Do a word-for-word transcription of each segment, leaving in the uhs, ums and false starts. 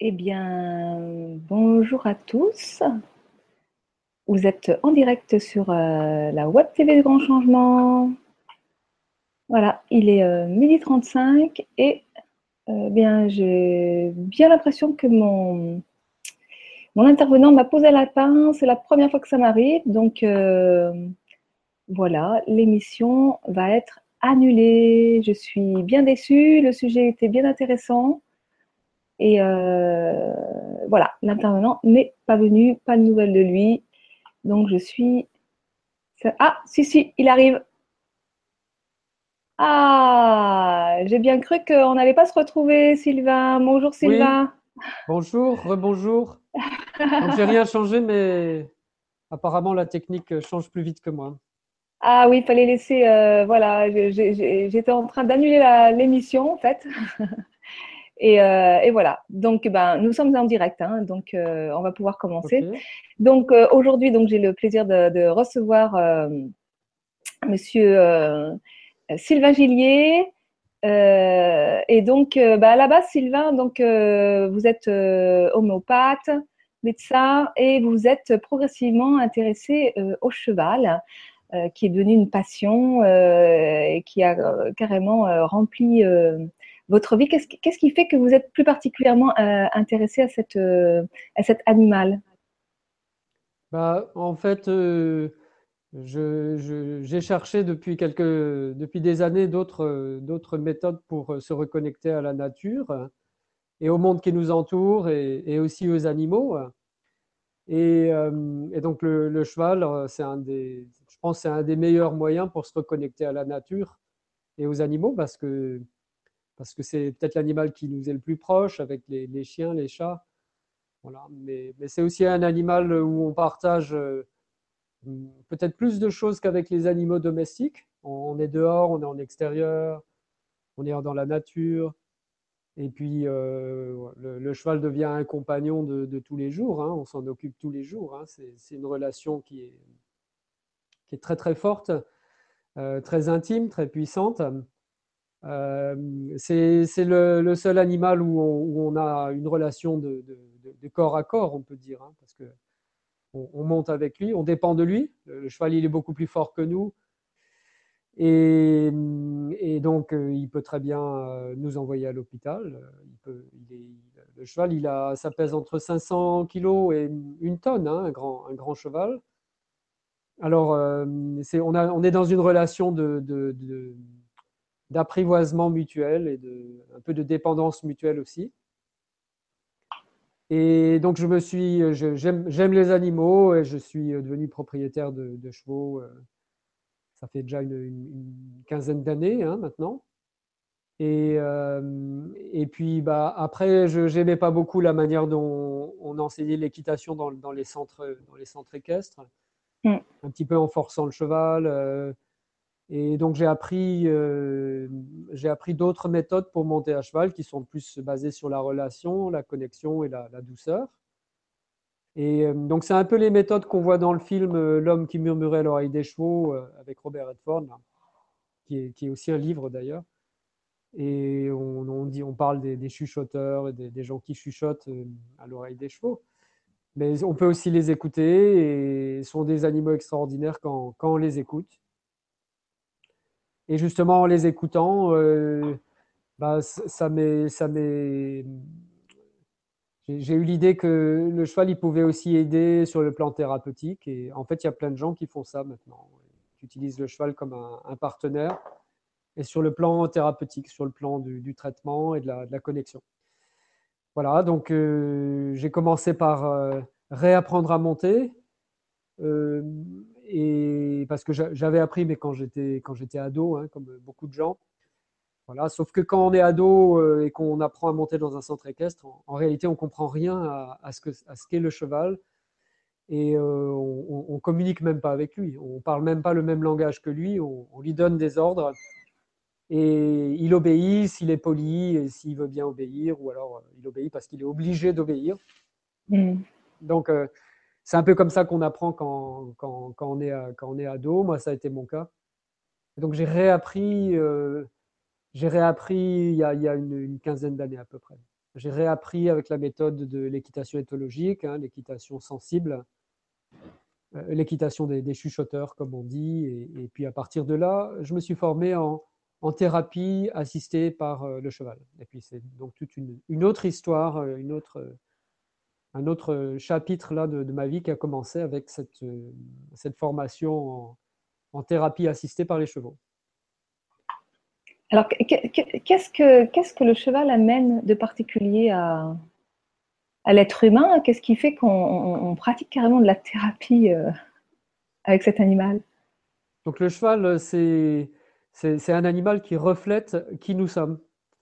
Eh bien, bonjour à tous. Vous êtes en direct sur euh, la Web T V du Grand Changement. Voilà, il est euh, midi trente-cinq et euh, bien, j'ai bien l'impression que mon, mon intervenant m'a posé la lapin. C'est la première fois que ça m'arrive. Donc euh, voilà, l'émission va être annulée. Je suis bien déçue. Le sujet était bien intéressant. Et euh, voilà, l'intervenant n'est pas venu, pas de nouvelles de lui. Donc je suis. Ah, si, si, il arrive. Ah, j'ai bien cru qu'on n'allait pas se retrouver, Sylvain. Bonjour, Oui, Sylvain. bonjour, rebonjour. Donc j'ai rien changé, mais apparemment la technique change plus vite que moi. Ah oui, il fallait laisser. Euh, voilà, j'étais en train d'annuler l'émission, en fait. Et, euh, et, voilà. Donc, ben, nous sommes en direct, hein, donc euh, on va pouvoir commencer. Ok. Donc, euh, aujourd'hui, donc j'ai le plaisir de, de recevoir euh, Monsieur euh, Sylvain Gillier. Euh, et donc, euh, bah, à la base, Sylvain, donc, euh, vous êtes euh, homéopathe, médecin, et vous êtes progressivement intéressé euh, au cheval, euh, qui est devenu une passion euh, et qui a euh, carrément euh, rempli euh, votre vie. Qu'est-ce qui, qu'est-ce qui fait que vous êtes plus particulièrement euh, intéressé à, cette, euh, à cet animal? Bah, en fait, euh, je, je- j'ai cherché depuis quelques, depuis des années d'autres, d'autres méthodes pour se reconnecter à la nature et au monde qui nous entoure et, et aussi aux animaux. Et, euh, et donc le, le cheval, euh, c'est un des, je pense, que c'est un des meilleurs moyens pour se reconnecter à la nature et aux animaux parce que parce que c'est peut-être l'animal qui nous est le plus proche avec les, les chiens, les chats. Voilà. Mais, mais c'est aussi un animal où on partage euh, peut-être plus de choses qu'avec les animaux domestiques. On est dehors, on est en extérieur, on est dans la nature. Et puis, euh, le, le, cheval devient un compagnon de, de tous les jours. Hein. On s'en occupe tous les jours. Hein. C'est, c'est une relation qui est, qui est très, très forte, euh, très intime, très puissante. Euh, c'est c'est le, le, seul animal où on, où on, a une relation de, de, de, corps à corps, on peut dire, hein, parce que on, on, monte avec lui, on dépend de lui. Le, le, cheval, il est beaucoup plus fort que nous. Et, et donc, euh, il peut très bien euh, nous envoyer à l'hôpital. Il peut, il est, le cheval, il a, ça pèse entre cinq cents kilos et une tonne, hein, un, grand, un grand cheval. Alors, euh, c'est, on, a, on est dans une relation de, de, de d'apprivoisement mutuel et de, un peu de dépendance mutuelle aussi. Et donc, je me suis, je, j'aime, j'aime les animaux et je suis devenu propriétaire de, de chevaux. Ça fait déjà une, une, une quinzaine d'années hein, maintenant. Et, euh, et puis, bah, après, je n'aimais pas beaucoup la manière dont on enseignait l'équitation dans, dans, les centres, dans les centres équestres, Mm. un petit peu en forçant le cheval. Euh, Et donc j'ai appris, euh, j'ai appris d'autres méthodes pour monter à cheval qui sont plus basées sur la relation, la connexion et la, la douceur. Et euh, donc c'est un peu les méthodes qu'on voit dans le film euh, L'homme qui murmurait à l'oreille des chevaux euh, avec Robert Redford, là, qui, est, qui est aussi un livre d'ailleurs. Et on, on, dit, on parle des, des chuchoteurs et des, des, gens qui chuchotent euh, à l'oreille des chevaux. Mais on peut aussi les écouter et ce sont des animaux extraordinaires quand, quand on les écoute. Et justement, en les écoutant, euh, bah, ça m'est, ça m'est... J'ai j'ai eu l'idée que le cheval, il pouvait aussi aider sur le plan thérapeutique. Et en fait, il y a plein de gens qui font ça maintenant, qui utilisent le cheval comme un, un partenaire. Et sur le plan thérapeutique, sur le plan du, du traitement et de la, de la connexion. Voilà, donc euh, j'ai commencé par euh, réapprendre à monter. Euh, et parce que j'avais appris, mais quand j'étais quand j'étais ado, hein, comme beaucoup de gens. Voilà, sauf que quand on est ado euh, et qu'on apprend à monter dans un centre équestre, en, en réalité, on comprend rien à, à ce que, à ce qu'est le cheval et euh, on, on communique même pas avec lui. On parle même pas le même langage que lui. On, on lui donne des ordres et il obéit s'il est poli et s'il veut bien obéir, ou alors euh, il obéit parce qu'il est obligé d'obéir. Mm. Donc euh, c'est un peu comme ça qu'on apprend quand, quand, quand, on est, quand on est ado. Moi, ça a été mon cas. Donc j'ai réappris, euh, j'ai réappris il y a, il y a une, une quinzaine d'années à peu près. j'ai réappris avec la méthode de l'équitation éthologique, hein, l'équitation sensible, euh, l'équitation des, des chuchoteurs, comme on dit. Et, et puis à partir de là, je me suis formé en, en thérapie assistée par euh, le cheval. Et puis c'est donc toute une, une autre histoire, une autre, un autre chapitre là de, de ma vie qui a commencé avec cette, cette formation en, en thérapie assistée par les chevaux. Alors, qu'est-ce que, qu'est-ce que le cheval amène de particulier à, à l'être humain? Qu'est-ce qui fait qu'on on pratique carrément de la thérapie euh, avec cet animal? Donc le cheval, c'est, c'est, c'est un animal qui reflète qui nous sommes.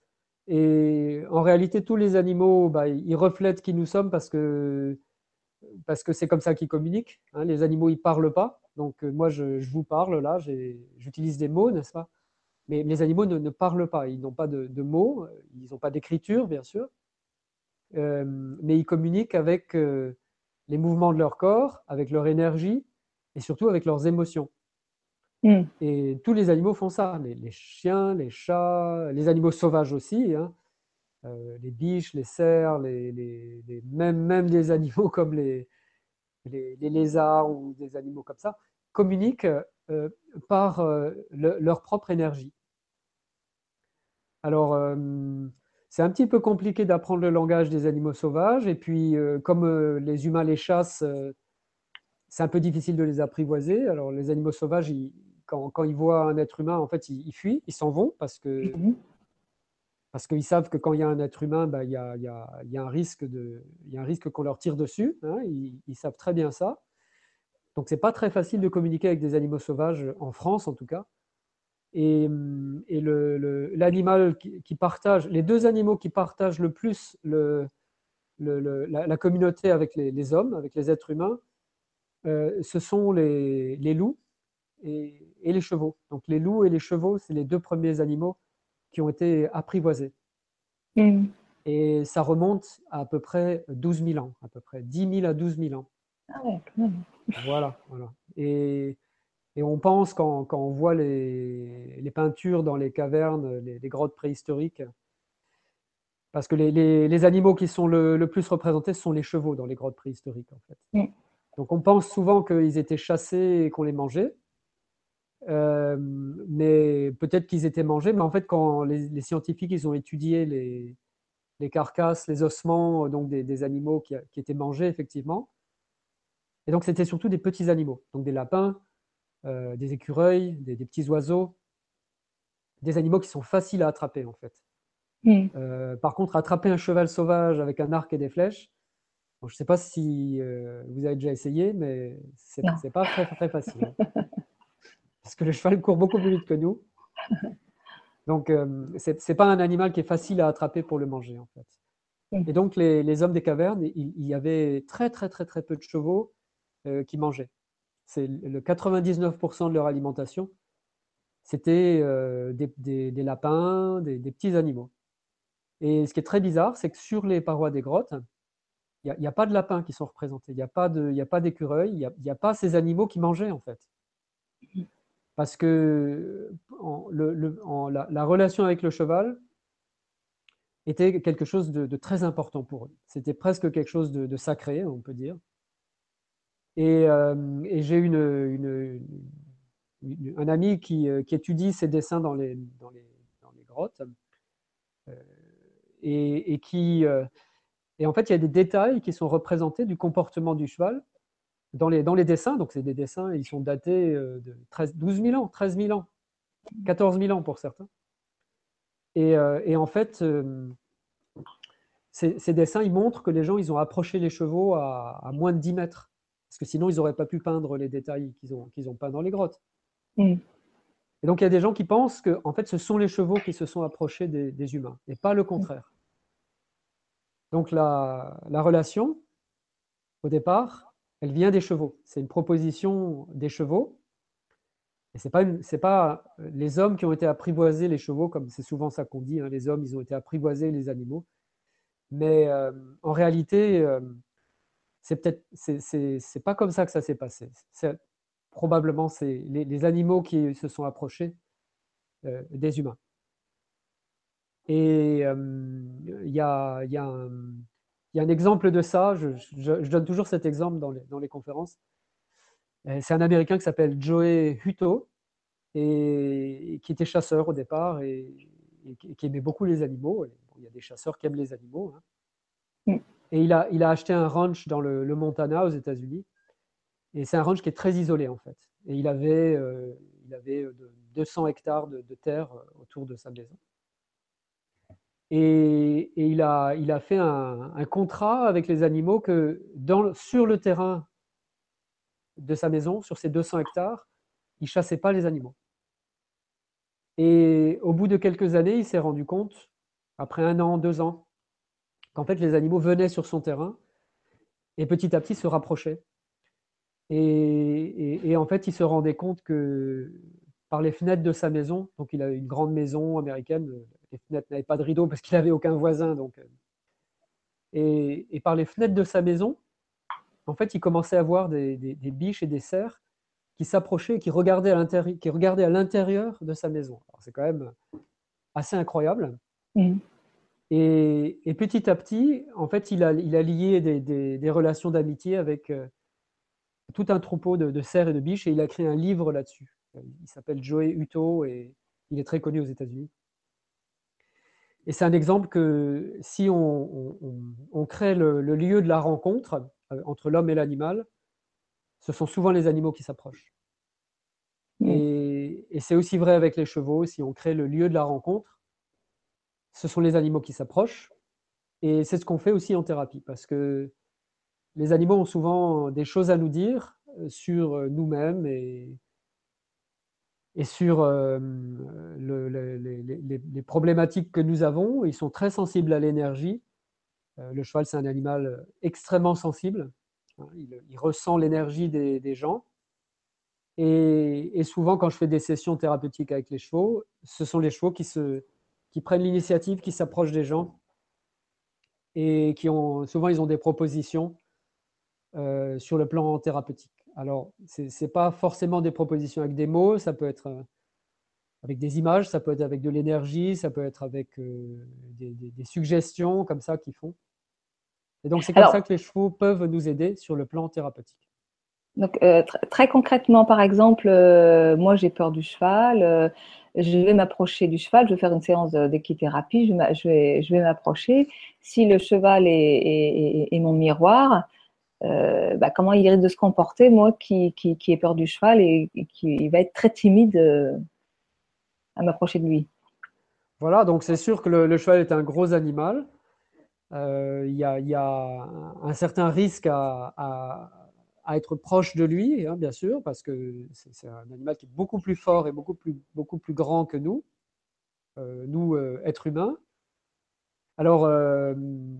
Et en réalité, tous les animaux, bah, ils reflètent qui nous sommes parce que parce que c'est comme ça qu'ils communiquent. Hein. Les animaux, ils parlent pas. Donc euh, moi, je, je vous parle là, j'utilise des mots, n'est-ce pas? Mais les animaux ne, ne parlent pas. Ils n'ont pas de, de mots, ils n'ont pas d'écriture, bien sûr. Euh, mais ils communiquent avec euh, les mouvements de leur corps, avec leur énergie et surtout avec leurs émotions. Mm. Et tous les animaux font ça, les, les chiens, les chats, les animaux sauvages aussi, hein. euh, les biches, les cerfs, les, les, les, même, même des animaux comme les, les, les, lézards ou des animaux comme ça, communiquent euh, par euh, le, leur propre énergie. Alors, euh, c'est un petit peu compliqué d'apprendre le langage des animaux sauvages, et puis euh, comme euh, les humains les chassent, euh, c'est un peu difficile de les apprivoiser. Alors, les animaux sauvages, ils, quand, quand, ils voient un être humain, en fait, ils, ils fuient, ils s'en vont parce que mmh. parce qu'ils savent que quand il y a un être humain, ben, il, y a, il, y a, il y a un risque de, il y a un risque qu'on leur tire dessus. Hein, ils, ils savent très bien ça. Donc, c'est pas très facile de communiquer avec des animaux sauvages en France, en tout cas. Et, et le, le, l'animal qui, qui partage, les deux animaux qui partagent le plus le, le, le, la, la communauté avec les, les hommes, avec les êtres humains, euh, ce sont les, les loups et, et les chevaux. Donc les loups et les chevaux, c'est les deux premiers animaux qui ont été apprivoisés. Mmh. Et ça remonte à à peu près douze mille ans, à peu près dix mille à douze mille ans. Ah ouais, quand même. Voilà, voilà. Et, et on pense, quand, quand on voit les, les peintures dans les cavernes, les, les grottes préhistoriques, parce que les, les, les animaux qui sont le, le, plus représentés, ce sont les chevaux dans les grottes préhistoriques, en fait. Mmh. Donc on pense souvent qu'ils étaient chassés et qu'on les mangeait. Euh, mais peut-être qu'ils étaient mangés. Mais en fait, quand les, les scientifiques ils ont étudié les, les carcasses, les ossements donc des, des animaux qui, qui étaient mangés, effectivement. Et donc, c'était surtout des petits animaux, donc des lapins, euh, des écureuils, des, des petits oiseaux, des animaux qui sont faciles à attraper, en fait. Mmh. Euh, par contre, attraper un cheval sauvage avec un arc et des flèches, bon, je ne sais pas si euh, vous avez déjà essayé, mais c'est n'est pas très, très facile. Hein. Parce que le cheval court beaucoup plus vite que nous. Donc, euh, ce n'est pas un animal qui est facile à attraper pour le manger, en fait. Mmh. Et donc, les, les hommes des cavernes, il, il y avait très, très, très, très peu de chevaux euh, qui mangeaient. C'est le quatre-vingt-dix-neuf pour cent de leur alimentation, c'était euh, des, des, des lapins, des, des petits animaux. Et ce qui est très bizarre, c'est que sur les parois des grottes, il n'y a, a pas de lapins qui sont représentés, il n'y a pas d'écureuils, il n'y a, a pas ces animaux qui mangeaient, en fait. Parce que en, le, le, en, la, la relation avec le cheval était quelque chose de, de très important pour eux. C'était presque quelque chose de, de sacré, on peut dire. Et, euh, et j'ai une, une, une, un ami qui, qui étudie ces dessins dans les, dans les, dans les grottes euh, et, et qui... Euh, et en fait, il y a des détails qui sont représentés du comportement du cheval dans les, dans les dessins. Donc, c'est des dessins, ils sont datés de treize, douze mille ans, treize mille ans, quatorze mille ans pour certains. Et, euh, et en fait, euh, ces, ces dessins, ils montrent que les gens, ils ont approché les chevaux à, à moins de dix mètres. Parce que sinon, ils n'auraient pas pu peindre les détails qu'ils ont, qu'ils ont peints dans les grottes. Mm. Et donc, il y a des gens qui pensent que, en fait, ce sont les chevaux qui se sont approchés des, des humains, et pas le contraire. Donc, la, la relation, au départ, elle vient des chevaux. C'est une proposition des chevaux. Et ce n'est pas, une, c'est pas les hommes qui ont été apprivoisés les chevaux, comme c'est souvent ça qu'on dit, hein, les hommes, ils ont été apprivoisés les animaux. Mais euh, en réalité, euh, c'est peut-être, c'est, c'est, c'est pas comme ça que ça s'est passé. C'est, probablement, c'est les, les animaux qui se sont approchés euh, des humains. Et, euh, il y a, il y a un, il y a un exemple de ça. Je, je, je donne toujours cet exemple dans les, dans les conférences. C'est un Américain qui s'appelle Joey Hutto et, et qui était chasseur au départ et, et qui aimait beaucoup les animaux. Et bon, il y a des chasseurs qui aiment les animaux. Hein. Mm. Et il a, il a acheté un ranch dans le, le Montana aux États-Unis. Et c'est un ranch qui est très isolé en fait. Et il avait, euh, il avait deux cents hectares de, de terre autour de sa maison. Et, et il, a, il a fait un, un contrat avec les animaux que dans, sur le terrain de sa maison, sur ces deux cents hectares, il ne chassait pas les animaux. Et au bout de quelques années, il s'est rendu compte, après un an, deux ans, qu'en fait les animaux venaient sur son terrain et petit à petit se rapprochaient. Et, et, et en fait, il se rendait compte que par les fenêtres de sa maison, donc il a une grande maison américaine, les fenêtres n'avaient pas de rideaux parce qu'il n'avait aucun voisin. Donc, et, et par les fenêtres de sa maison, en fait, il commençait à voir des, des, des biches et des cerfs qui s'approchaient et qui regardaient à l'intérieur, qui regardaient à l'intérieur de sa maison. Alors, c'est quand même assez incroyable. Mm. Et, et petit à petit, en fait, il a, il a lié des, des, des relations d'amitié avec euh, tout un troupeau de, de cerfs et de biches et il a créé un livre là-dessus. Il s'appelle Joey Hutto et il est très connu aux États-Unis. Et c'est un exemple que si on, on, on crée le, le lieu de la rencontre euh, entre l'homme et l'animal, ce sont souvent les animaux qui s'approchent. Mm. Et, et c'est aussi vrai avec les chevaux, si on crée le lieu de la rencontre, ce sont les animaux qui s'approchent. Et c'est ce qu'on fait aussi en thérapie, parce que les animaux ont souvent des choses à nous dire sur nous-mêmes et, et sur euh, le, le, les, les, les problématiques que nous avons. Ils sont très sensibles à l'énergie. Euh, le cheval, c'est un animal extrêmement sensible. Il, il ressent l'énergie des, des gens. Et, et souvent, quand je fais des sessions thérapeutiques avec les chevaux, ce sont les chevaux qui, se, qui prennent l'initiative, qui s'approchent des gens et qui ont souvent ils ont des propositions euh, sur le plan thérapeutique. Alors, ce n'est pas forcément des propositions avec des mots, ça peut être euh, avec des images, ça peut être avec de l'énergie, ça peut être avec euh, des, des, des suggestions comme ça qu'ils font. Et donc, c'est comme Alors, ça que les chevaux peuvent nous aider sur le plan thérapeutique. donc, euh, tr- très concrètement, par exemple, euh, moi j'ai peur du cheval, euh, je vais m'approcher du cheval, je vais faire une séance de- d'équithérapie, je, m'a- je vais, je vais m'approcher. Si le cheval est, est- est- est mon miroir, euh, bah, comment il risque de se comporter, moi qui, qui, qui ai peur du cheval et, et qui va être très timide euh, à m'approcher de lui. Voilà, donc c'est sûr que le, le cheval est un gros animal. Euh, Il y a, il y a un, un certain risque à, à- à être proche de lui, hein, bien sûr, parce que c'est c'est un animal qui est beaucoup plus fort et beaucoup plus, beaucoup plus grand que nous, euh, nous, euh, êtres humains. Alors, euh,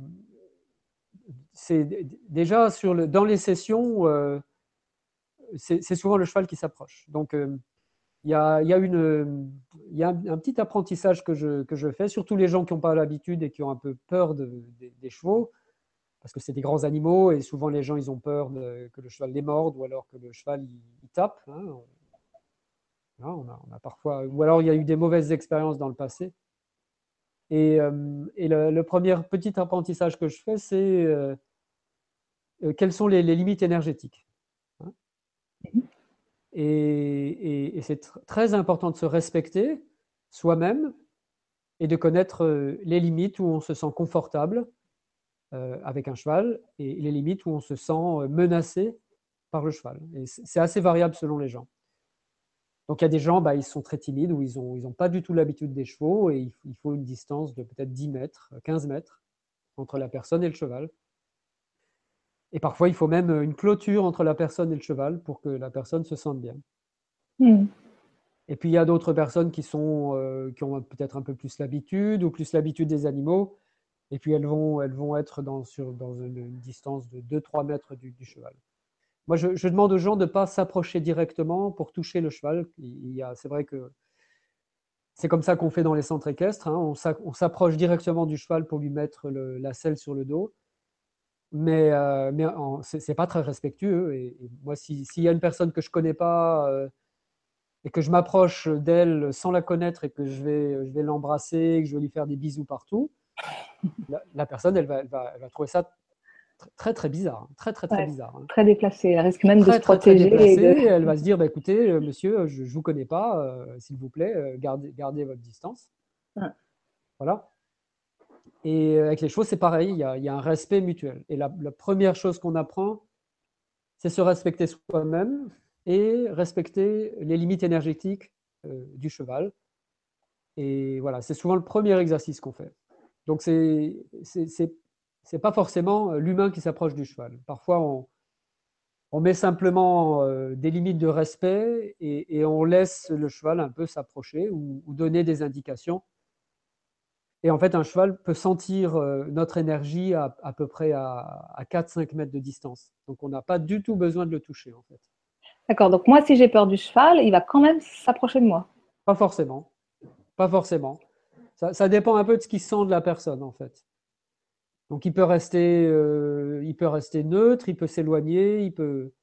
c'est déjà sur le, dans les sessions, euh, c'est c'est souvent le cheval qui s'approche. Donc, euh, il y a, il y a une, il y a un, un petit apprentissage que je, que je fais, surtout les gens qui n'ont pas l'habitude et qui ont un peu peur de, des, des chevaux, parce que c'est des grands animaux et souvent les gens ils ont peur de, que le cheval les morde ou alors que le cheval il, il tape. Hein. On, on, a, on a parfois, ou alors il y a eu des mauvaises expériences dans le passé. Et, euh, et le, le, premier petit apprentissage que je fais, c'est euh, euh, quelles sont les, les limites énergétiques. Hein. Et, et, et c'est tr- très important de se respecter soi-même et de connaître euh, les limites où on se sent confortable euh, avec un cheval et les limites où on se sent euh, menacé par le cheval. Et c'est assez variable selon les gens. Donc il y a des gens, bah, ils sont très timides ou ils n'ont ils ont pas du tout l'habitude des chevaux et il, il faut une distance de peut-être dix mètres, quinze mètres entre la personne et le cheval. Et parfois, il faut même une clôture entre la personne et le cheval pour que la personne se sente bien. Hmm. Et puis, il y a d'autres personnes qui, sont, euh, qui ont peut-être un peu plus l'habitude ou plus l'habitude des animaux. Et puis, elles vont, elles vont être dans, sur, dans une, une distance de deux trois mètres du, du cheval. Moi, je, je demande aux gens de ne pas s'approcher directement pour toucher le cheval. Il y a, c'est vrai que c'est comme ça qu'on fait dans les centres équestres. Hein. On s'approche directement du cheval pour lui mettre le, la selle sur le dos. Mais, euh, mais ce n'est pas très respectueux. Et, et moi, s'il si y a une personne que je ne connais pas euh, et que je m'approche d'elle sans la connaître et que je vais, je vais l'embrasser, que je vais lui faire des bisous partout, la, la personne, elle va, elle, va, elle va trouver ça très, très bizarre. Très, très, très Ouais, bizarre. Hein. très déplacé. Elle risque même de se Très, très, très protéger et déplacée. de. Elle va se dire, bah, écoutez, euh, monsieur, je ne vous connais pas, euh, s'il vous plaît, euh, gardez, gardez votre distance. Ouais. Voilà. Et avec les chevaux, c'est pareil, il y, a, il y a un respect mutuel. Et la, la première chose qu'on apprend, c'est se respecter soi-même et respecter les limites énergétiques euh, du cheval. Et voilà, c'est souvent le premier exercice qu'on fait. Donc, c'est c'est pas forcément l'humain qui s'approche du cheval. Parfois, on, on met simplement euh, des limites de respect et, et, on laisse le cheval un peu s'approcher ou, ou, donner des indications. Et en fait, un cheval peut sentir euh, notre énergie à, à peu près à, à quatre à cinq mètres de distance. Donc, on n'a pas du tout besoin de le toucher, en fait. D'accord, donc moi, si j'ai peur du cheval, il va quand même s'approcher de moi. Pas forcément. Pas forcément. Ça, ça dépend un peu de ce qu'il sent de la personne, en fait. Donc, il peut rester, euh, il peut rester neutre, il peut s'éloigner, il peut,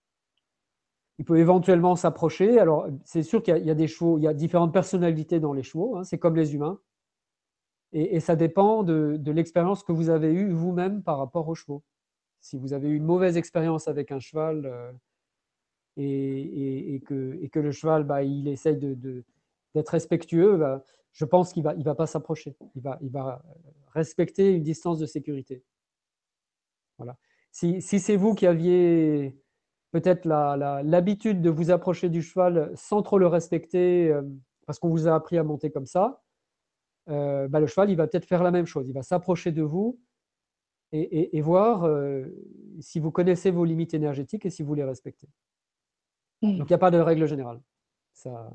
il peut éventuellement s'approcher. Alors, c'est sûr qu'il y, y a des chevaux, il y a différentes personnalités dans les chevaux, hein, c'est comme les humains. Et, et ça dépend de, de l'expérience que vous avez eue vous-même par rapport aux chevaux. Si vous avez eu une mauvaise expérience avec un cheval euh, et, et, et, que, et que le cheval, bah, il essaye de, de, d'être respectueux, bah, je pense qu'il ne va, il va pas s'approcher. Il va, il va respecter une distance de sécurité. Voilà. Si, si c'est vous qui aviez peut-être la, la, l'habitude de vous approcher du cheval sans trop le respecter, euh, parce qu'on vous a appris à monter comme ça, euh, bah, le cheval, il va peut-être faire la même chose. Il va s'approcher de vous et, et, et voir euh, si vous connaissez vos limites énergétiques et si vous les respectez. Mmh. Donc, il n'y a pas de règle générale. Ça...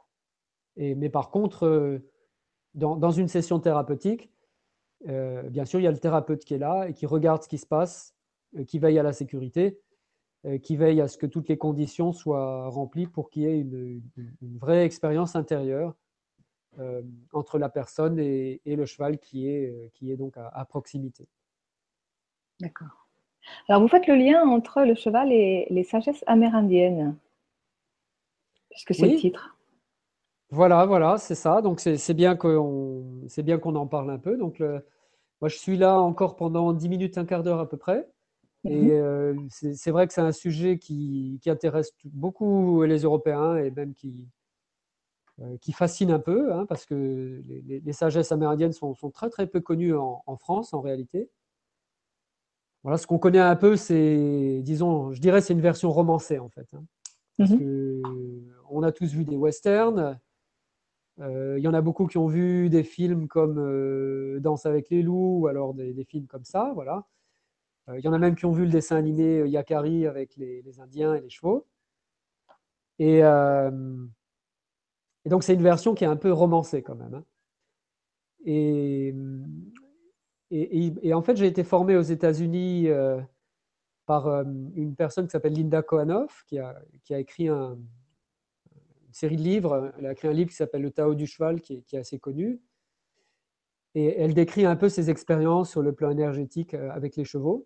Et, mais par contre, euh, dans, dans, une session thérapeutique, euh, bien sûr, il y a le thérapeute qui est là et qui regarde ce qui se passe, euh, qui veille à la sécurité, euh, qui veille à ce que toutes les conditions soient remplies pour qu'il y ait une, une, une vraie expérience intérieure euh, entre la personne et, et, le cheval qui est, euh, qui est donc à, à proximité. D'accord. Alors, vous faites le lien entre le cheval et les sagesses amérindiennes, puisque c'est le Oui, titre. voilà, voilà, c'est ça. Donc, c'est bien qu'on c'est bien qu'on en parle un peu. Donc, le, moi, je suis là encore pendant dix minutes, un quart d'heure à peu près. Et Mmh. euh, c'est vrai que c'est un sujet qui, qui intéresse beaucoup les Européens et même qui, euh, qui fascine un peu, hein, parce que les, les, sagesses amérindiennes sont, sont, très très peu connues en, en France en réalité. Voilà, ce qu'on connaît un peu, c'est, disons, je dirais, c'est une version romancée en fait, hein, parce Mmh. que on a tous vu des westerns. Il euh, y en a beaucoup qui ont vu des films comme euh, Danse avec les loups ou alors des, des films comme ça, voilà. Il euh, y en a même qui ont vu le dessin animé euh, Yakari avec les, les Indiens et les chevaux. Et, euh, et donc, c'est une version qui est un peu romancée quand même. Hein. Et, et, et, et, en fait, j'ai été formé aux États-Unis euh, par euh, une personne qui s'appelle Linda Kohanoff, qui a, qui a écrit un, une série de livres. Elle a écrit un livre qui s'appelle Le Tao du cheval, qui est, qui est assez connu. Et elle décrit un peu ses expériences sur le plan énergétique euh, avec les chevaux.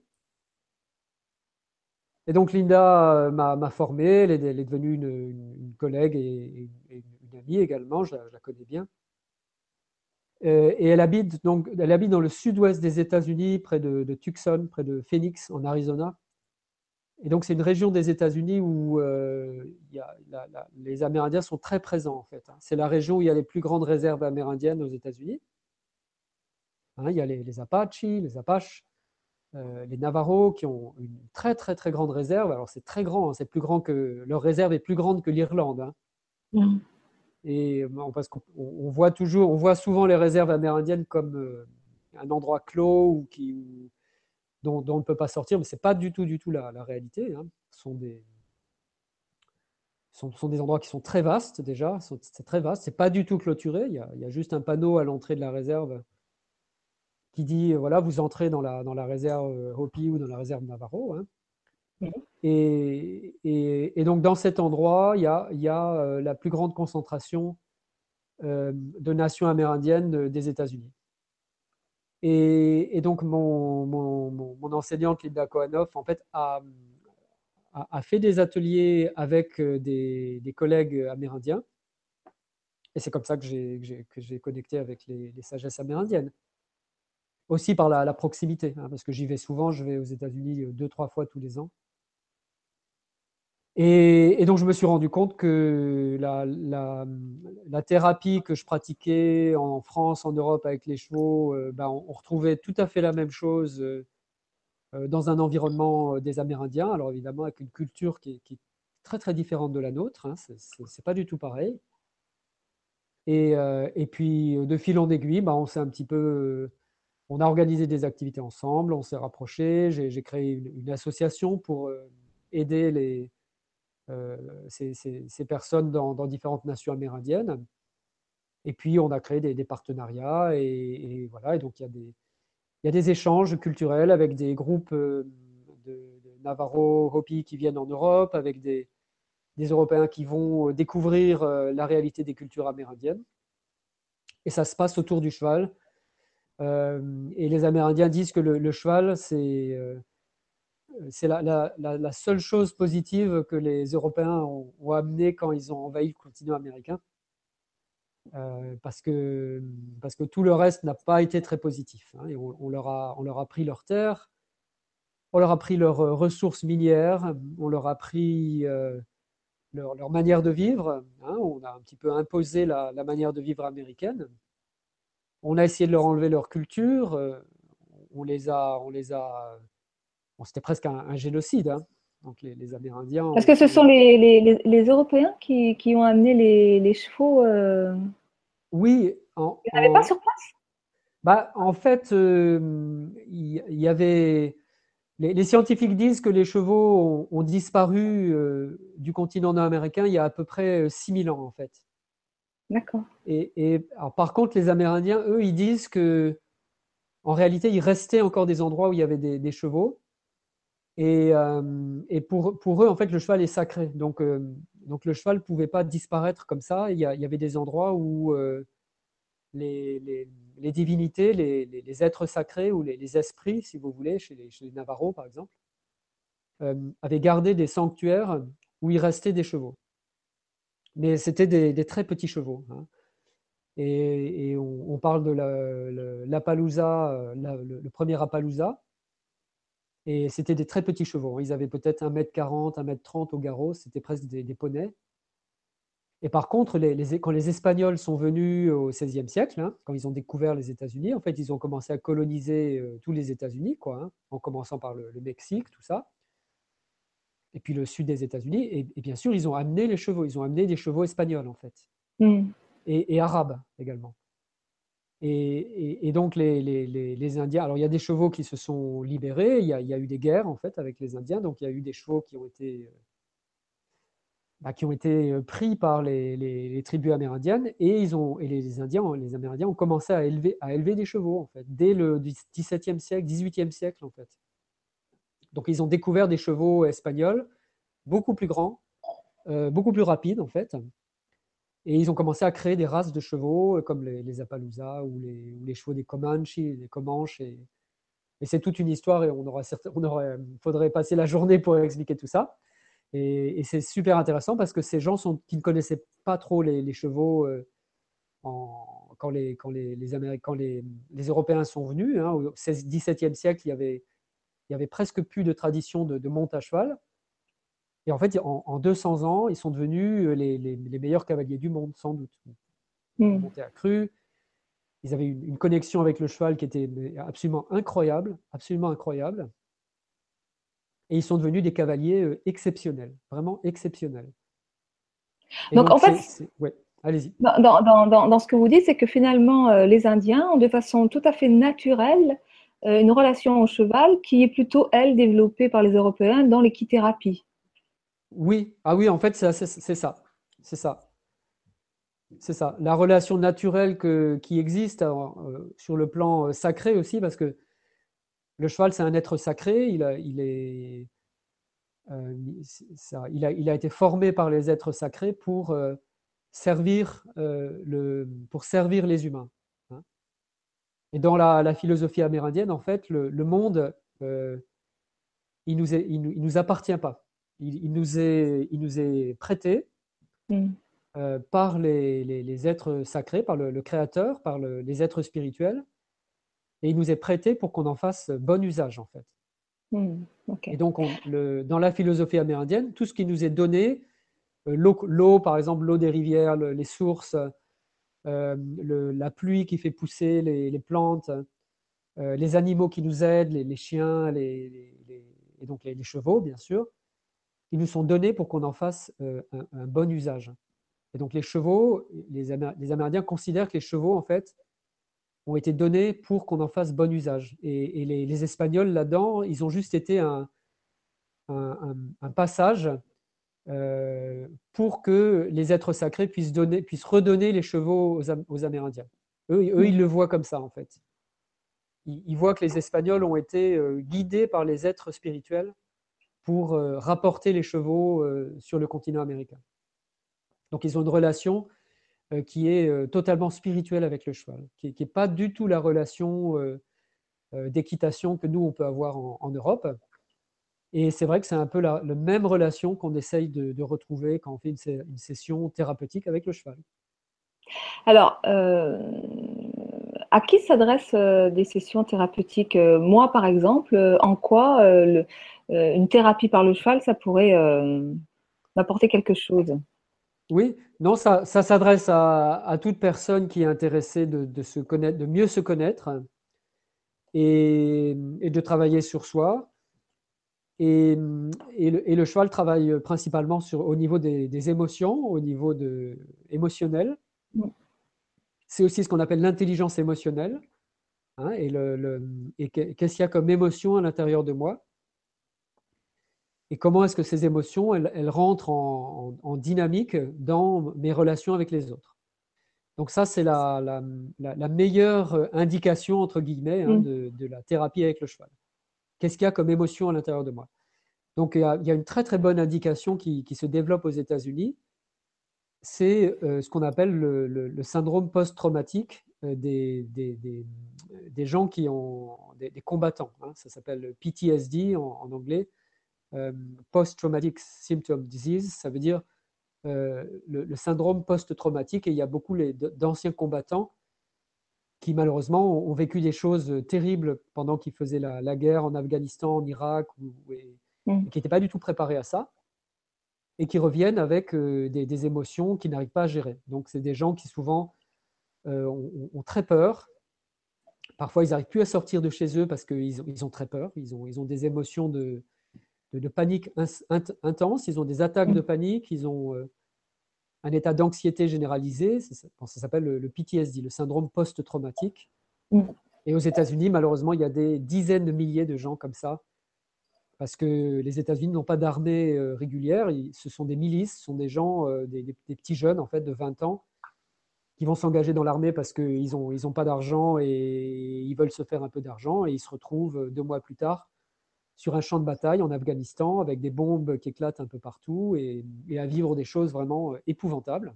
Et donc Linda m'a formé, elle est, elle est devenue une, une, collègue et, et, une amie également, je la, je la connais bien. Euh, et elle habite, donc, elle habite dans le sud-ouest des États-Unis, près de, de, Tucson, près de Phoenix, en Arizona. Et donc c'est une région des États-Unis où euh, y a, la, la, les Amérindiens sont très présents en fait. Hein. C'est la région où il y a les plus grandes réserves amérindiennes aux États-Unis. Hein, il y a les, les Apaches, les Apaches. Euh, les Navarros qui ont une très très très grande réserve. Alors c'est très grand, hein, c'est plus grand que leur réserve est plus grande que l'Irlande. Hein. Mmh. Et bon, parce qu'on on voit toujours, on voit souvent les réserves amérindiennes comme euh, un endroit clos ou qui, ou, dont, dont, on ne peut pas sortir, mais c'est pas du tout du tout la, la réalité. Hein. Ce sont des sont, sont des endroits qui sont très vastes déjà, c'est très vaste, c'est pas du tout clôturé. Il y a, il y a juste un panneau à l'entrée de la réserve qui dit voilà, vous entrez dans la, dans la réserve Hopi ou dans la réserve Navarro. Hein. Et, et, et, donc dans cet endroit, il y a, il y a euh, la plus grande concentration euh, de nations amérindiennes des États-Unis. Et, et, donc mon, mon, mon, enseignante Linda Kohanoff en fait a, a, a fait des ateliers avec des, des collègues amérindiens. Et c'est comme ça que j'ai, que j'ai, que j'ai connecté avec les, les sagesses amérindiennes. aussi par la, la proximité, hein, parce que j'y vais souvent, je vais aux États-Unis deux, trois fois tous les ans. Et, et donc, je me suis rendu compte que la, la, la thérapie que je pratiquais en France, en Europe avec les chevaux, euh, ben, on, on retrouvait tout à fait la même chose euh, dans un environnement des Amérindiens. Alors, évidemment, avec une culture qui est, qui est très, très différente de la nôtre. Hein, c'est, c'est, c'est pas du tout pareil. Et, euh, et puis, de fil en aiguille, ben, on s'est un petit peu... euh, on a organisé des activités ensemble, on s'est rapprochés. J'ai, j'ai créé une, une association pour euh, aider les euh, ces, ces, ces, personnes dans, dans, différentes nations amérindiennes. Et puis, on a créé des, des partenariats. Et, et, voilà, et donc, il y, a des, il y a des échanges culturels avec des groupes euh, de, de Navarro, Hopi qui viennent en Europe, avec des, des Européens qui vont découvrir euh, la réalité des cultures amérindiennes. Et ça se passe autour du cheval. Euh, et les Amérindiens disent que le, le cheval, c'est... Euh, c'est la, la, la, seule chose positive que les Européens ont, ont amené quand ils ont envahi le continent américain, euh, parce, que, parce que tout le reste n'a pas été très positif. Hein, et on, on, leur a, on leur a pris leurs terres, on leur a pris leurs ressources minières, on leur a pris euh, leur, leur, manière de vivre. Hein, on a un petit peu imposé la, la manière de vivre américaine. On a essayé de leur enlever leur culture. Euh, on les a, on les a Bon, c'était presque un, un génocide. Hein. Donc les, les Amérindiens. Parce que ce sont les, les, les, les Européens qui, qui, ont amené les, les chevaux. Euh... Oui. En, Ils n'avaient pas sur place. Bah, en fait, euh, il y avait. Les, les, scientifiques disent que les chevaux ont, ont disparu euh, du continent nord-américain il y a à peu près six mille ans, en fait. D'accord. Et, et alors, par contre, les Amérindiens, eux, ils disent que, en réalité, il restait encore des endroits où il y avait des, des chevaux. Et, euh, et pour, pour, eux, en fait, le cheval est sacré. Donc, euh, donc le cheval ne pouvait pas disparaître comme ça. Il y, a, il y avait des endroits où euh, les, les, les, divinités, les, les, les, êtres sacrés ou les, les, esprits, si vous voulez, chez les, chez les Navarros, par exemple, euh, avaient gardé des sanctuaires où il restait des chevaux. Mais c'était des, des très petits chevaux. Hein. Et, et on, on, parle de l'Appaloosa, la, la, le, le premier Appaloosa. Et c'était des très petits chevaux. Ils avaient peut-être un mètre quarante, un mètre trente au garrot. C'était presque des, des poneys. Et par contre, les, les, quand les Espagnols sont venus au seizième siècle, hein, quand ils ont découvert les États-Unis, en fait, ils ont commencé à coloniser euh, tous les États-Unis, quoi, hein, en commençant par le, le Mexique, tout ça, et puis le sud des États-Unis. Et, et, bien sûr, ils ont amené les chevaux. Ils ont amené des chevaux espagnols, en fait, mm. et, et arabes également. Et, et, et donc, les, les, les, les Indiens, alors il y a des chevaux qui se sont libérés, il y a, il y a eu des guerres, en fait, avec les Indiens, donc il y a eu des chevaux qui ont été... Euh, Bah, qui ont été pris par les, les, les tribus amérindiennes et, ils ont, et les, Indiens, les Amérindiens ont commencé à élever, à élever des chevaux en fait, dès le dix-septième siècle, dix-huitième siècle en fait. Donc ils ont découvert des chevaux espagnols beaucoup plus grands, euh, beaucoup plus rapides en fait, et ils ont commencé à créer des races de chevaux comme les, les Appaloosa ou les, ou les chevaux des Comanches, les Comanches et, et c'est toute une histoire et on aura, on aurait, faudrait passer la journée pour expliquer tout ça. Et, et c'est super intéressant parce que ces gens sont, qui ne connaissaient pas trop les, les chevaux euh, en, quand, les, quand, les, les, Américains, quand les, les Européens sont venus, hein, au dix-septième siècle, il y avait, il y avait presque plus de tradition de, de monte à cheval. Et en fait, en, en deux cents ans, ils sont devenus les, les, les meilleurs cavaliers du monde, sans doute. Ils mm. montaient à cru. Ils avaient une, une connexion avec le cheval qui était absolument incroyable, absolument incroyable. Et ils sont devenus des cavaliers euh, exceptionnels, vraiment exceptionnels. Et donc, donc, en fait, ouais, allez-y. Dans, dans, dans, dans ce que vous dites, c'est que finalement, euh, les Indiens ont de façon tout à fait naturelle euh, une relation au cheval qui est plutôt, elle, développée par les Européens dans l'équithérapie. Oui, ah oui, en fait, c'est ça. C'est ça. C'est ça. La relation naturelle que, qui existe euh, sur le plan sacré aussi, parce que le cheval, c'est un être sacré. Il a, il est, euh, ça, il a, il a été formé par les êtres sacrés pour euh, servir euh, le, pour servir les humains. Hein. Et dans la, la, philosophie amérindienne, en fait, le, le monde, euh, il nous, est, il, nous, il nous appartient pas. Il, il, nous est, il nous est prêté. Mm. Euh, par les, les, les êtres sacrés, par le, le Créateur, par le, les êtres spirituels. et il nous est prêté pour qu'on en fasse bon usage, en fait. Mm. Okay. Et donc, on, le, dans la philosophie amérindienne, tout ce qui nous est donné, euh, l'eau, l'eau, par exemple, l'eau des rivières, le, les sources, euh, le, la pluie qui fait pousser les, les plantes, euh, les animaux qui nous aident, les, les chiens, les, les, les, et donc les, les chevaux, bien sûr, ils nous sont donnés pour qu'on en fasse euh, un, un bon usage. Et donc les chevaux, les, Amé- les Amérindiens considèrent que les chevaux, en fait, ont été donnés pour qu'on en fasse bon usage. Et, et les, les Espagnols, là-dedans, ils ont juste été un, un, un, un passage euh, pour que les êtres sacrés puissent, donner, puissent redonner les chevaux aux, Am- aux Amérindiens. Eux, eux, ils le voient comme ça, en fait. Ils, ils voient que les Espagnols ont été euh, guidés par les êtres spirituels pour euh, rapporter les chevaux euh, sur le continent américain. Donc, ils ont une relation euh, qui est euh, totalement spirituelle avec le cheval, qui n'est pas du tout la relation euh, euh, d'équitation que nous, on peut avoir en, en Europe. Et c'est vrai que c'est un peu la, la même relation qu'on essaye de, de retrouver quand on fait une, une session thérapeutique avec le cheval. Alors, euh, à qui s'adressent euh, des sessions thérapeutiques? Euh, Moi, par exemple, euh, en quoi euh, le- euh, une thérapie par le cheval, ça pourrait euh, m'apporter quelque chose? Oui, non, ça, ça s'adresse à, à toute personne qui est intéressée de, de se connaître, de mieux se connaître et, et de travailler sur soi. Et, et, le, et, le, cheval travaille principalement sur, au niveau des, des émotions, au niveau de, émotionnel. C'est aussi ce qu'on appelle l'intelligence émotionnelle. Hein, et le, le, et qu'est-ce qu'il y a comme émotion à l'intérieur de moi? Et comment est-ce que ces émotions, elles, elles rentrent en, en, en, dynamique dans mes relations avec les autres? Donc ça, c'est la, la, la, la meilleure indication, entre guillemets, hein, Mm. de, de la thérapie avec le cheval. Qu'est-ce qu'il y a comme émotion à l'intérieur de moi? Donc il y, a, il y a une très très bonne indication qui, qui se développe aux États-Unis. C'est euh, ce qu'on appelle le, le, le syndrome post-traumatique euh, des, des, des, des, gens qui ont des, des combattants. Hein, ça s'appelle P T S D en, en anglais, euh, Post-Traumatic Symptom Disease. Ça veut dire euh, le, le, syndrome post-traumatique. Et il y a beaucoup les, d'anciens combattants qui malheureusement ont vécu des choses terribles pendant qu'ils faisaient la, la guerre en Afghanistan, en Irak, ou, et, Mm. et qui n'étaient pas du tout préparés à ça, et qui reviennent avec euh, des, des, émotions qu'ils n'arrivent pas à gérer. Donc, c'est des gens qui souvent euh, ont, ont, très peur. Parfois, ils n'arrivent plus à sortir de chez eux parce qu'ils ont, ils ont très peur. Ils ont, ils ont des émotions de, de, de panique in, intense. Ils ont des attaques Mm. de panique. Ils ont euh, un état d'anxiété généralisé. Ça, ça s'appelle le, le P T S D, le syndrome post-traumatique. Mm. Et aux États-Unis, malheureusement, il y a des dizaines de milliers de gens comme ça, parce que les États-Unis n'ont pas d'armée euh, régulière. Ils, ce sont des milices, ce sont des gens, euh, des, des, des petits jeunes en fait de vingt ans, qui vont s'engager dans l'armée parce qu'ils n'ont ils ont pas d'argent et ils veulent se faire un peu d'argent, et ils se retrouvent deux mois plus tard sur un champ de bataille en Afghanistan avec des bombes qui éclatent un peu partout, et, et à vivre des choses vraiment euh, épouvantables.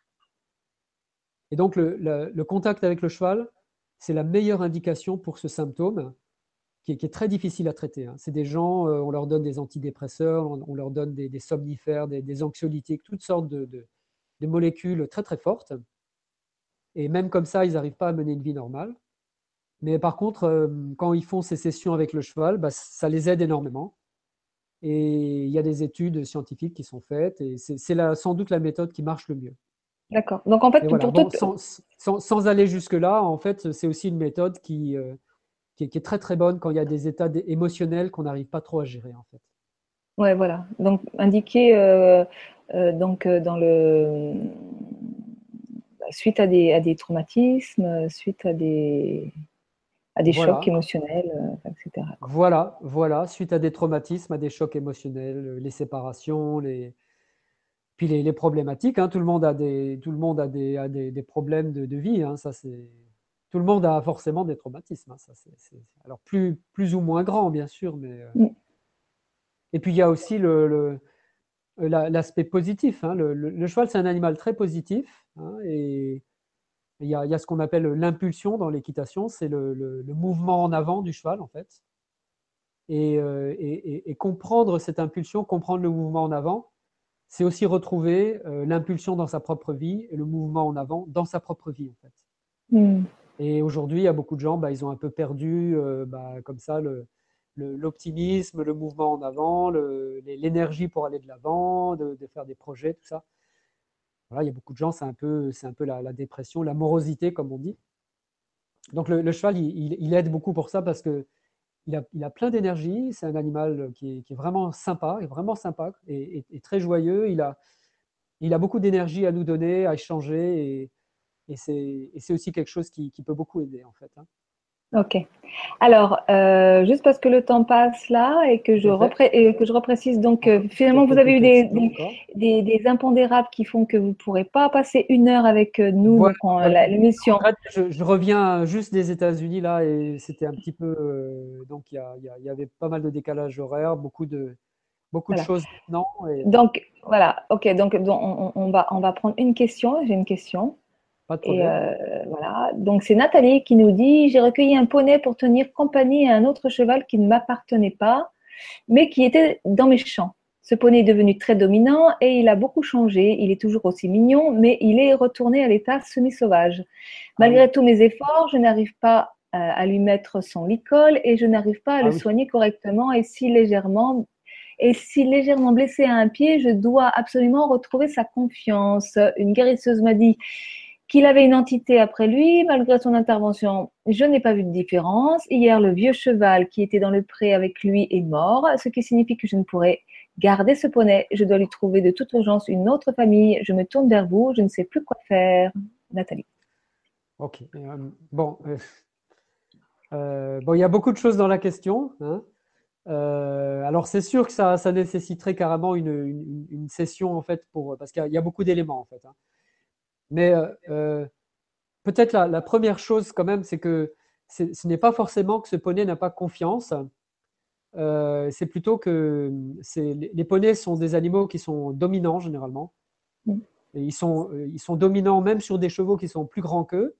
Et donc le, le, le contact avec le cheval, c'est la meilleure indication pour ce symptôme qui est, qui est très difficile à traiter. Hein. C'est des gens, euh, on leur donne des antidépresseurs, on, on leur donne des, des somnifères, des, des anxiolytiques, toutes sortes de, de, de molécules très très fortes. Et même comme ça, ils n'arrivent pas à mener une vie normale. Mais par contre, euh, quand ils font ces sessions avec le cheval, bah, ça les aide énormément. Et il y a des études scientifiques qui sont faites, et c'est, c'est la, sans doute la méthode qui marche le mieux. D'accord. Donc en fait, Mais voilà, pour bon, toute... sans, sans, sans aller jusque-là, en fait, c'est aussi une méthode qui, euh, qui, est, qui, est, très très bonne quand il y a des états émotionnels qu'on n'arrive pas trop à gérer, en fait. Ouais, voilà. Donc indiqué euh, euh, donc euh, dans le suite à des à des traumatismes, suite à des à des chocs Voilà. émotionnels, euh, et cetera. Quoi. Voilà, voilà, suite à des traumatismes, à des chocs émotionnels, les séparations, les, puis les, les problématiques. Hein, tout le monde a des, tout le monde a des, a des, des problèmes de, de vie. Hein, ça c'est, tout le monde a forcément des traumatismes. Hein, ça c'est, c'est, alors plus, plus ou moins grand, bien sûr, mais. Euh... Mm. Et puis il y a aussi le, le, la, l'aspect positif. Hein, le, le, le cheval, c'est un animal très positif, hein, et il y a, il y a ce qu'on appelle l'impulsion dans l'équitation, c'est le, le, le mouvement en avant du cheval, en fait. Et, euh, et, et, et comprendre cette impulsion, comprendre le mouvement en avant, c'est aussi retrouver euh, l'impulsion dans sa propre vie et le mouvement en avant dans sa propre vie, en fait. Mm. Et aujourd'hui, il y a beaucoup de gens, bah, ils ont un peu perdu euh, bah, comme ça le, le- l'optimisme, le mouvement en avant, le- les- l'énergie pour aller de l'avant, de, de faire des projets, tout ça. Voilà, il y a beaucoup de gens, c'est un peu, c'est un peu la, la dépression, la morosité, comme on dit. Donc le, le cheval, il, il- il aide beaucoup pour ça parce que il a, il a plein d'énergie. C'est un animal qui est, qui est vraiment sympa, est vraiment sympa et, et- et très joyeux. Il a, il a beaucoup d'énergie à nous donner, à échanger et, et c'est, et c'est aussi quelque chose qui, qui peut beaucoup aider en fait, hein. Ok. Alors, euh, juste parce que le temps passe là et que je, Tout à fait. repré- et que je reprécise, donc euh, Encore il y a finalement, vous avez quelques eu des, questions des, encore. des- des impondérables qui font que vous ne pourrez pas passer une heure avec euh, nous, Voilà, donc en- voilà. la- l'émission. Je, je reviens juste des États-Unis là et c'était un petit peu euh, donc il y, a- il y a- il y avait pas mal de décalage horaire, beaucoup de beaucoup de Voilà. choses maintenant et Donc, voilà. Ok. Donc, donc, on, on va, on va prendre une question. J'ai une question. pas de Et problème. euh, voilà. Donc, c'est Nathalie qui nous dit, j'ai recueilli un poney pour tenir compagnie à un autre cheval qui ne m'appartenait pas, mais qui était dans mes champs. Ce poney est devenu très dominant et il a beaucoup changé. Il est toujours aussi mignon, mais il est retourné à l'état semi-sauvage. Ah oui, Malgré tous mes efforts, je n'arrive pas euh, à lui mettre son licol et je n'arrive pas à ah le oui. soigner correctement. Et si légèrement, et si légèrement blessé à un pied, je dois absolument retrouver sa confiance. Une guérisseuse m'a dit qu'il avait une entité après lui. Malgré son intervention, je n'ai pas vu de différence. Hier, le vieux cheval qui était dans le pré avec lui est mort, ce qui signifie que je ne pourrai garder ce poney. Je dois lui trouver de toute urgence une autre famille. Je me tourne vers vous. Je ne sais plus quoi faire. Nathalie. Ok. Euh, bon, euh, euh, bon, il y a beaucoup de choses dans la question, hein. Euh, alors c'est sûr que ça, ça nécessiterait carrément une, une- une session en fait pour parce qu'il y a, il y a beaucoup d'éléments en fait, hein. Mais euh, euh, peut-être la, la première chose quand même, c'est que c'est- ce n'est pas forcément que ce poney n'a pas confiance. Euh, c'est plutôt que c'est, les les poneys sont des animaux qui sont dominants généralement. Et ils sont, euh, ils sont dominants même sur des chevaux qui sont plus grands qu'eux.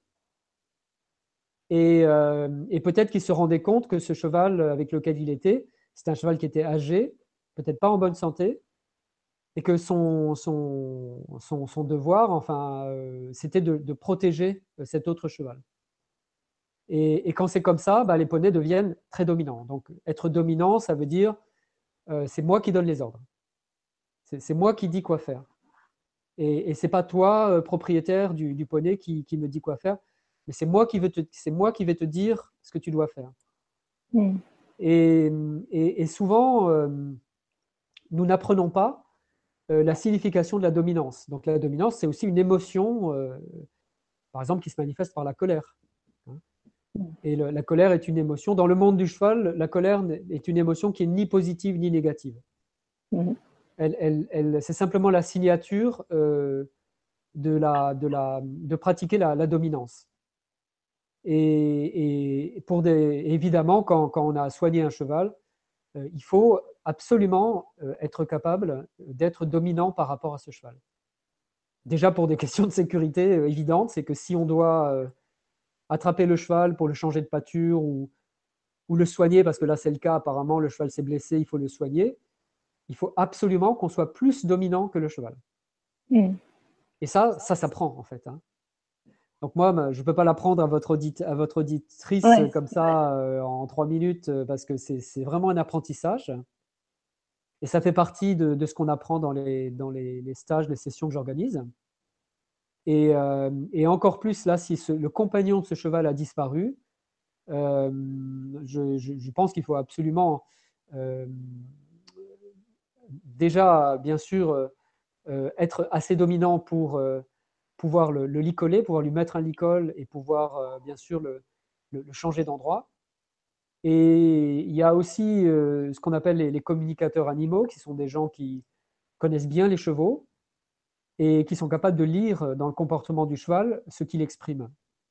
Et, euh, et peut-être qu'il se rendait compte que ce cheval avec lequel il était, c'était un cheval qui était âgé, peut-être pas en bonne santé, et que son, son, son, son devoir, enfin, euh, c'était de, de protéger cet autre cheval. Et, et quand c'est comme ça, bah, les poneys deviennent très dominants. Donc, être dominant, ça veut dire euh, c'est moi qui donne les ordres. C'est, c'est moi qui dis quoi faire. Et, et c'est pas toi, euh, propriétaire du, du poney, qui, qui me dit quoi faire, mais c'est moi qui vais te, c'est moi qui vais te dire ce que tu dois faire. Mm. Et, et, et souvent, euh, nous n'apprenons pas euh, la signification de la dominance. Donc la dominance, c'est aussi une émotion, euh, par exemple, qui se manifeste par la colère, hein. Et le, la colère est une émotion. Dans le monde du cheval, la colère est une émotion qui est ni positive ni négative. Mm. Elle, elle, elle, c'est simplement la signature euh, de, la, de, la, de pratiquer la, la dominance. Et, et pour des, évidemment, quand, quand on a soigné un cheval, euh, il faut absolument euh, être capable d'être dominant par rapport à ce cheval. Déjà pour des questions de sécurité euh, évidentes, c'est que si on doit euh, attraper le cheval pour le changer de pâture ou, ou le soigner, parce que là c'est le cas, apparemment le cheval s'est blessé, il faut le soigner, il faut absolument qu'on soit plus dominant que le cheval. Mm. Et ça, ça s'apprend en fait, hein. Donc moi, je ne peux pas l'apprendre à votre, audit, à votre auditrice Ouais. comme ça euh, en trois minutes, euh, parce que c'est, c'est vraiment un apprentissage. Et ça fait partie de, de ce qu'on apprend dans, les, dans les, les, stages, les sessions que j'organise. Et, euh, et, encore plus là, si ce, le compagnon de ce cheval a disparu, euh, je, je, je, pense qu'il faut absolument euh, déjà, bien sûr, euh, être assez dominant pour euh, pouvoir le, le licoler, pouvoir lui mettre un licol et pouvoir, euh, bien sûr, le, le, le changer d'endroit. Et il y a aussi euh, ce qu'on appelle les, les communicateurs animaux, qui sont des gens qui connaissent bien les chevaux et qui sont capables de lire dans le comportement du cheval ce qu'il exprime.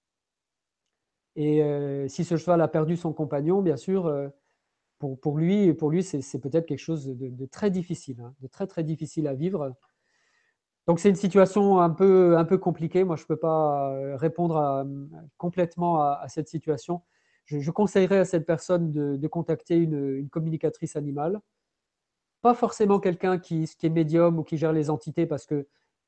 Et euh, si ce cheval a perdu son compagnon, bien sûr, euh, pour, pour lui, pour lui c'est, c'est peut-être quelque chose de, de très difficile, hein, de très très difficile à vivre. Donc c'est une situation un peu, un peu compliquée. Moi, je ne peux pas répondre à, complètement à, à cette situation. Je, je, conseillerais à cette personne de, de contacter une, une, communicatrice animale. Pas forcément quelqu'un qui, qui est médium ou qui gère les entités, parce que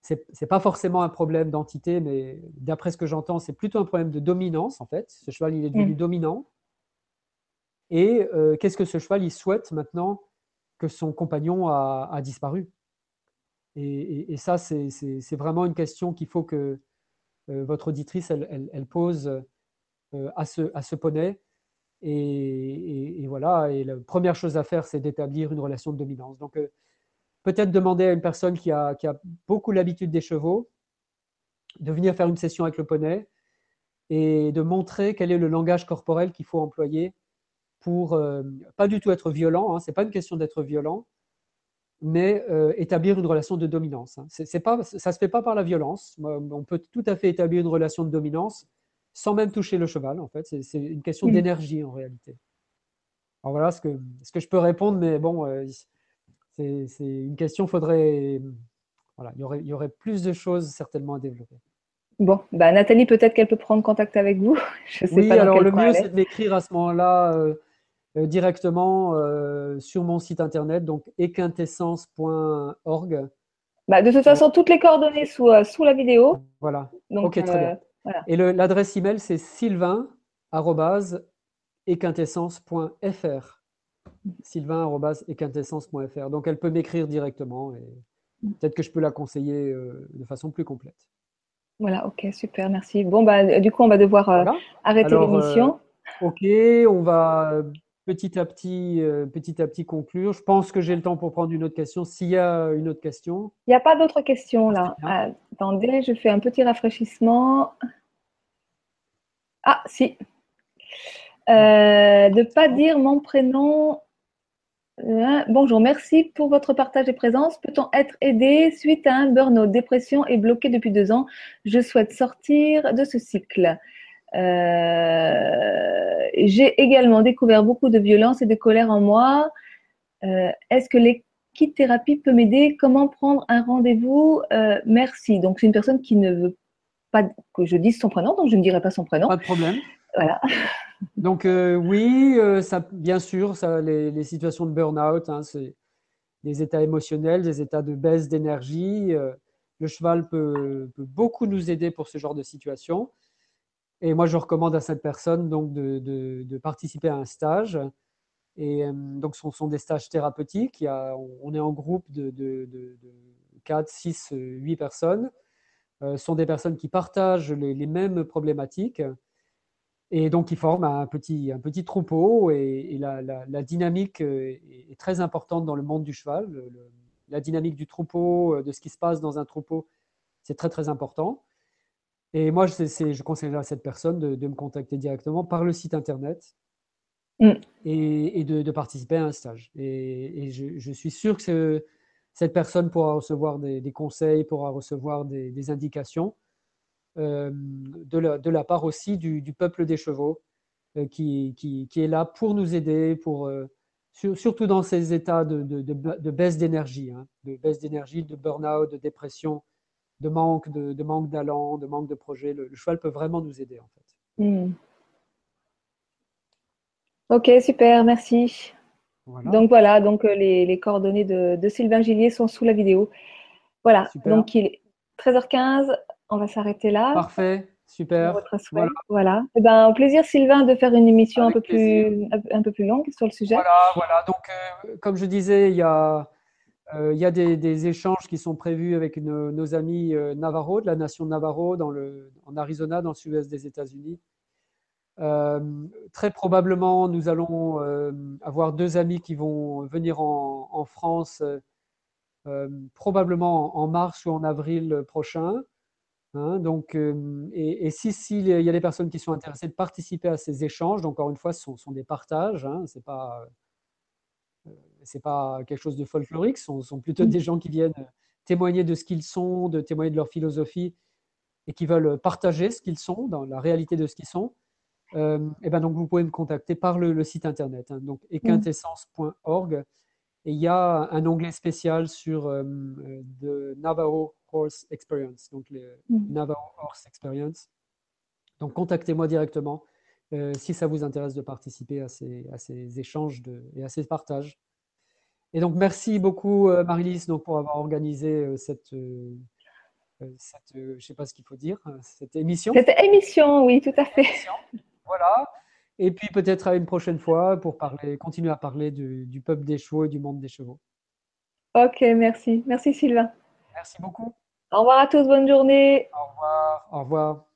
c'est c'est pas forcément un problème d'entité, mais d'après ce que j'entends, c'est plutôt un problème de dominance en fait. Ce cheval, il est devenu Mm. dominant. Et euh, qu'est-ce que ce cheval, il souhaite maintenant que son compagnon a, a disparu? Et, et, et ça, c'est c'est vraiment une question qu'il faut que euh, votre auditrice, elle, elle, elle pose euh, à, ce, à ce poney. Et, et, et, voilà, et la première chose à faire, c'est d'établir une relation de dominance. Donc, euh, peut-être demander à une personne qui a, qui a beaucoup l'habitude des chevaux de venir faire une session avec le poney et de montrer quel est le langage corporel qu'il faut employer pour euh, pas du tout être violent, hein, c'est pas une question d'être violent, mais euh, établir une relation de dominance. Hein. C'est, c'est pas, ça se fait pas par la violence. On peut tout à fait établir une relation de dominance sans même toucher le cheval, en fait. C'est, c'est une question Mm. d'énergie, en réalité. Alors voilà ce que, ce que je peux répondre, mais bon, euh, c'est, c'est une question, faudrait... Voilà, il y aurait, il y aurait plus de choses certainement à développer. Bon, bah Nathalie, peut-être qu'elle peut prendre contact avec vous. Je ne sais pas Oui, dans alors quel le coin mieux, elle c'est est. de m'écrire à ce moment-là euh, euh, directement euh, sur mon site internet, donc equintessence point org. Bah, de toute Euh, façon, toutes les coordonnées sous, euh, sous la vidéo. voilà. Donc, Ok, très euh, bien. voilà. Et le- l'adresse email, c'est sylvain arobase equintessence point fr. sylvain arobase equintessence point fr. Donc, elle peut m'écrire directement et peut-être que je peux la conseiller euh, de façon plus complète. Voilà, ok, super, merci. Bon, bah, du coup, on va devoir euh, Voilà. arrêter Alors, euh, l'émission. ok, on va euh, petit à petit, euh, petit à petit conclure. Je pense que j'ai le temps pour prendre une autre question. S'il y a une autre question, Il n'y a pas d'autres questions ça serait là. bien. Ah, attendez, je fais un petit rafraîchissement. Ah, si. Bon, Euh, de ne pas dire mon prénom. Euh, bonjour, merci pour votre partage et présence. Peut-on être aidé suite à un burn-out, dépression et bloqué depuis deux ans? Je souhaite sortir de ce cycle. Euh, j'ai également découvert beaucoup de violence et de colère en moi. Euh, Est-ce que l'équithérapie peut m'aider? Comment prendre un rendez-vous? euh, Merci. Donc, c'est une personne qui ne veut pas que je dise son prénom, donc je ne dirai pas son prénom. pas de problème. Voilà. Donc euh, oui, euh, ça, bien sûr, ça, les, les situations de burn-out, hein, c'est des états émotionnels, des états de baisse d'énergie. Euh, le cheval peut, peut, beaucoup nous aider pour ce genre de situation. Et moi, je recommande à cette personne donc de, de, de participer à un stage. Et euh, donc, ce sont, sont, des stages thérapeutiques. Il y a, on est en groupe de, de, de, de quatre, six, huit personnes. Euh, ce sont des personnes qui partagent les, les mêmes problématiques. Et donc, ils forment un petit, un petit troupeau et, et la, la, la, dynamique est, est, très importante dans le monde du cheval. Le, le, la dynamique du troupeau, de ce qui se passe dans un troupeau, c'est très, très important. Et moi, je, je conseillerais à cette personne de, de, me contacter directement par le site internet Mm. et, et de, de, participer à un stage. Et, et je, je, suis sûr que cette personne pourra recevoir des, des conseils, pourra recevoir des, des indications euh, de, la, de la part aussi du, du peuple des chevaux. Qui, qui, qui, est là pour nous aider, pour, euh, sur, surtout dans ces états de, de, de, de baisse d'énergie, hein, de baisse d'énergie, de burn-out, de dépression, de manque de, de manque d'allant, de manque de projet. Le, le cheval peut vraiment nous aider en fait. Mm. Ok, super, merci. Voilà. Donc voilà, donc euh, les, les coordonnées de, de Sylvain Gillier sont sous la vidéo. Voilà, Super. donc il est treize heures quinze, on va s'arrêter là Parfait. pour Super. votre Voilà. souhait. Voilà. Et ben, au plaisir Sylvain de faire une émission un Avec peu plaisir. plus, un peu plus longue sur le sujet. Voilà, voilà. Donc, euh, comme je disais, il y a, euh, il y a des, des, échanges qui sont prévus avec nos, nos amis euh, Navarro, de la nation Navarro, dans le, en Arizona, dans le sud-est des États-Unis. Euh, très probablement, nous allons euh, avoir deux amis qui vont venir en, en France, euh, probablement en mars ou en avril prochain. Hein, donc, euh, et, et si, si il y a des personnes qui sont intéressées de participer à ces échanges, donc encore une fois, ce sont, sont des partages, hein, c'est pas, euh, c'est pas quelque chose de folklorique, ce sont, sont plutôt des gens qui viennent témoigner de ce qu'ils sont, de témoigner de leur philosophie et qui veulent partager ce qu'ils sont, dans la réalité de ce qu'ils sont. Euh, et ben donc vous pouvez me contacter par le, le site internet, hein, donc Mm. equintessence point org. Et il y a un onglet spécial sur euh, The Navajo Horse Experience, donc le Mm. Navajo Horse Experience. Donc contactez-moi directement euh, si ça vous intéresse de participer à ces, à ces échanges de, et à ces partages. Et donc merci beaucoup euh, Marie-Lise donc, pour avoir organisé euh, cette, euh, cette, je ne sais pas ce qu'il faut dire, cette émission. Cette émission, oui, tout à fait. Émission. Voilà. Et puis peut-être à une prochaine fois pour parler, continuer à parler du, du peuple des chevaux et du monde des chevaux. Ok, merci. Merci Sylvain. Merci beaucoup. Au revoir à tous, bonne journée. Au revoir. Au revoir.